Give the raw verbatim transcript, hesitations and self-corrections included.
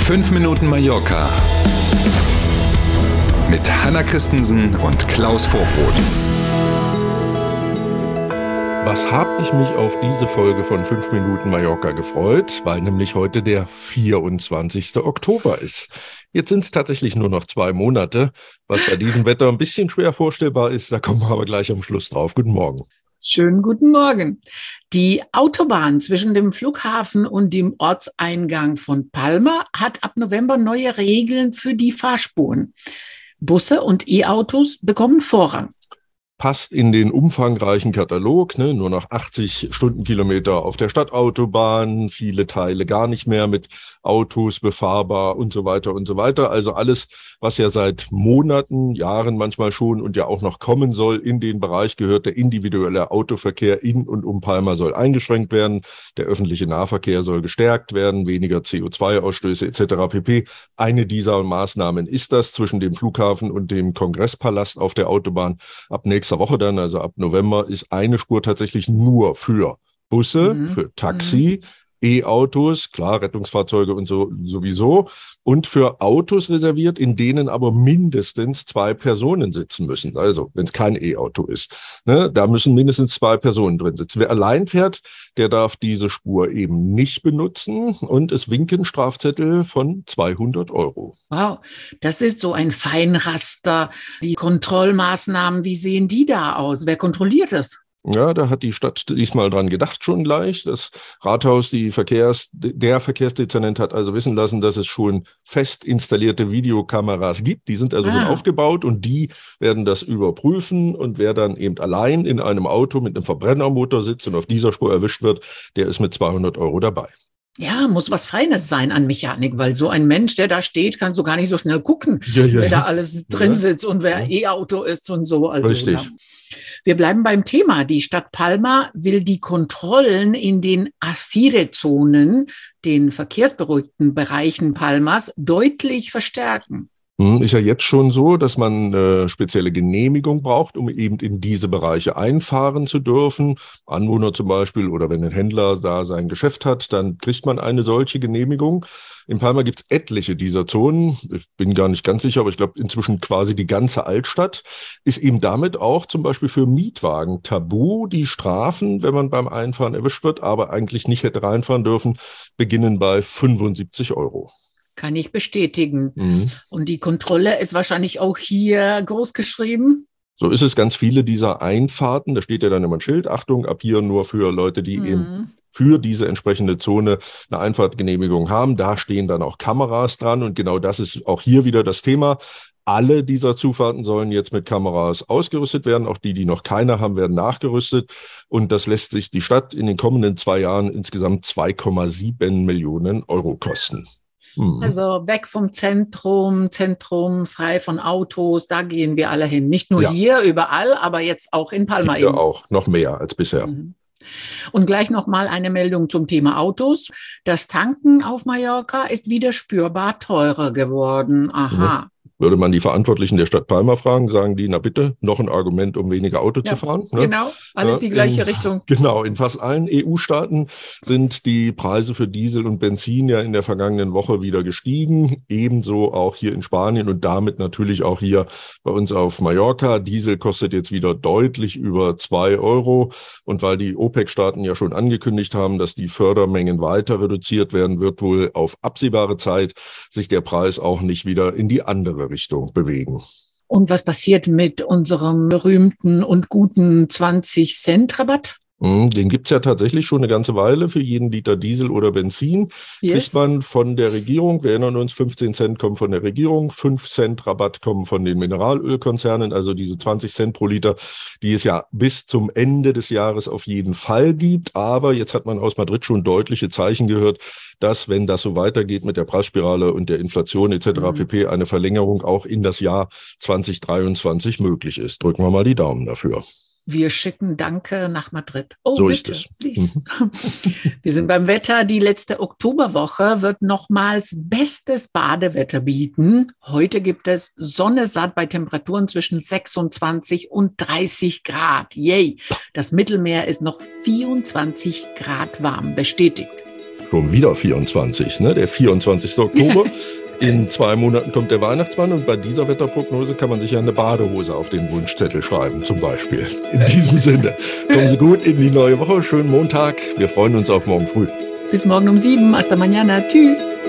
fünf Minuten Mallorca mit Hanna Christensen und Klaus Vorbrot. Was habe ich mich auf diese Folge von fünf Minuten Mallorca gefreut, weil nämlich heute der vierundzwanzigster Oktober ist. Jetzt sind es tatsächlich nur noch zwei Monate, was bei diesem Wetter ein bisschen schwer vorstellbar ist. Da kommen wir aber gleich am Schluss drauf. Guten Morgen. Schönen guten Morgen. Die Autobahn zwischen dem Flughafen und dem Ortseingang von Palma hat ab November neue Regeln für die Fahrspuren. Busse und E-Autos bekommen Vorrang. Passt in den umfangreichen Katalog, ne? Nur noch achtzig Stundenkilometer auf der Stadtautobahn, viele Teile gar nicht mehr mit Autos befahrbar und so weiter und so weiter. Also alles, was ja seit Monaten, Jahren manchmal schon und ja auch noch kommen soll, in den Bereich gehört. Der individuelle Autoverkehr in und um Palma soll eingeschränkt werden, der öffentliche Nahverkehr soll gestärkt werden, weniger C O zwei Ausstöße et cetera pp. Eine dieser Maßnahmen ist das zwischen dem Flughafen und dem Kongresspalast auf der Autobahn. Ab nächster Woche dann, also ab November, ist eine Spur tatsächlich nur für Busse, mhm. für Taxi, mhm. E-Autos, klar, Rettungsfahrzeuge und so sowieso, und für Autos reserviert, in denen aber mindestens zwei Personen sitzen müssen. Also, wenn es kein E-Auto ist, ne, da müssen mindestens zwei Personen drin sitzen. Wer allein fährt, der darf diese Spur eben nicht benutzen und es winken Strafzettel von zweihundert Euro. Wow, das ist so ein Feinraster. Die Kontrollmaßnahmen, wie sehen die da aus? Wer kontrolliert es? Ja, da hat die Stadt diesmal dran gedacht schon gleich. Das Rathaus, die Verkehrs, der Verkehrsdezernent hat also wissen lassen, dass es schon fest installierte Videokameras gibt. Die sind also ah. schon aufgebaut und die werden das überprüfen. Und wer dann eben allein in einem Auto mit einem Verbrennermotor sitzt und auf dieser Spur erwischt wird, der ist mit zweihundert Euro dabei. Ja, muss was Feines sein an Mechanik, weil so ein Mensch, der da steht, kann so gar nicht so schnell gucken, ja, ja, wer ja. da alles drin ja. sitzt und wer ja. E-Auto ist und so. Also, Richtig. Ja. Wir bleiben beim Thema. Die Stadt Palma will die Kontrollen in den Asire-Zonen, den verkehrsberuhigten Bereichen Palmas, deutlich verstärken. Ist ja jetzt schon so, dass man eine spezielle Genehmigung braucht, um eben in diese Bereiche einfahren zu dürfen. Anwohner zum Beispiel oder wenn ein Händler da sein Geschäft hat, dann kriegt man eine solche Genehmigung. In Palma gibt es etliche dieser Zonen. Ich bin gar nicht ganz sicher, aber ich glaube inzwischen quasi die ganze Altstadt ist eben damit auch zum Beispiel für Mietwagen tabu. Die Strafen, wenn man beim Einfahren erwischt wird, aber eigentlich nicht hätte reinfahren dürfen, beginnen bei fünfundsiebzig Euro. Kann ich bestätigen. Mhm. Und die Kontrolle ist wahrscheinlich auch hier groß geschrieben. So ist es, ganz viele dieser Einfahrten, da steht ja dann immer ein Schild, Achtung, ab hier nur für Leute, die mhm. eben für diese entsprechende Zone eine Einfahrtgenehmigung haben. Da stehen dann auch Kameras dran und genau das ist auch hier wieder das Thema. Alle dieser Zufahrten sollen jetzt mit Kameras ausgerüstet werden. Auch die, die noch keine haben, werden nachgerüstet. Und das lässt sich die Stadt in den kommenden zwei Jahren insgesamt zwei Komma sieben Millionen Euro kosten. Mhm. Also weg vom Zentrum, Zentrum frei von Autos, da gehen wir alle hin. Nicht nur ja. hier, überall, aber jetzt auch in Palma hier eben. Auch, noch mehr als bisher. Mhm. Und gleich nochmal eine Meldung zum Thema Autos. Das Tanken auf Mallorca ist wieder spürbar teurer geworden. Aha. Mhm. Würde man die Verantwortlichen der Stadt Palma fragen, sagen die, na bitte, noch ein Argument, um weniger Auto ja, zu fahren. Ne? Genau, alles ja, die gleiche in, Richtung. Genau, in fast allen E U-Staaten sind die Preise für Diesel und Benzin ja in der vergangenen Woche wieder gestiegen. Ebenso auch hier in Spanien und damit natürlich auch hier bei uns auf Mallorca. Diesel kostet jetzt wieder deutlich über zwei Euro. Und weil die OPEC-Staaten ja schon angekündigt haben, dass die Fördermengen weiter reduziert werden, wird wohl auf absehbare Zeit sich der Preis auch nicht wieder in die andere Richtung bewegen. Und was passiert mit unserem berühmten und guten zwanzig-Cent-Rabatt? Den gibt's ja tatsächlich schon eine ganze Weile für jeden Liter Diesel oder Benzin. Yes. Kriegt man von der Regierung, wir erinnern uns, fünfzehn Cent kommen von der Regierung, fünf Cent Rabatt kommen von den Mineralölkonzernen, also diese zwanzig Cent pro Liter, die es ja bis zum Ende des Jahres auf jeden Fall gibt. Aber jetzt hat man aus Madrid schon deutliche Zeichen gehört, dass, wenn das so weitergeht mit der Preisspirale und der Inflation et cetera mhm. pp., eine Verlängerung auch in das Jahr zwanzig dreiundzwanzig möglich ist. Drücken wir mal die Daumen dafür. Wir schicken Danke nach Madrid. Oh, so bitte, ist es. Please. Mhm. Wir sind beim Wetter. Die letzte Oktoberwoche wird nochmals bestes Badewetter bieten. Heute gibt es Sonne satt bei Temperaturen zwischen sechsundzwanzig und dreißig Grad. Yay! Das Mittelmeer ist noch vierundzwanzig Grad warm. Bestätigt. Schon wieder vierundzwanzig, ne? Der vierundzwanzigste Oktober. In zwei Monaten kommt der Weihnachtsmann und bei dieser Wetterprognose kann man sich ja eine Badehose auf den Wunschzettel schreiben, zum Beispiel. In diesem Sinne, kommen Sie gut in die neue Woche. Schönen Montag. Wir freuen uns auf morgen früh. Bis morgen um sieben. Hasta mañana. Tschüss.